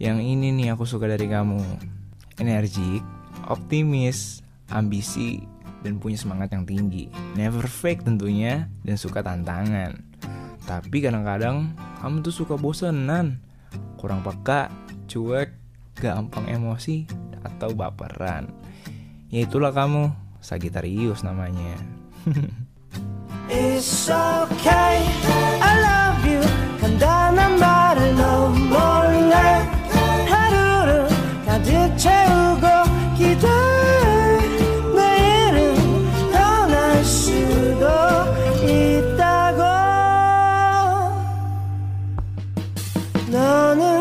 Yang ini nih aku suka dari kamu. Energik, optimis, ambisi, dan punya semangat yang tinggi. Never fake tentunya, dan suka tantangan. Tapi kadang-kadang kamu tuh suka bosenan, kurang peka, cuek, gampang emosi, atau baperan. Ya itulah kamu, Sagittarius namanya. It's okay, I love you. 간단한 말을 너무 몰래 하루를 가득 채우고 기대. 내일은 떠날 수도 있다고. 너는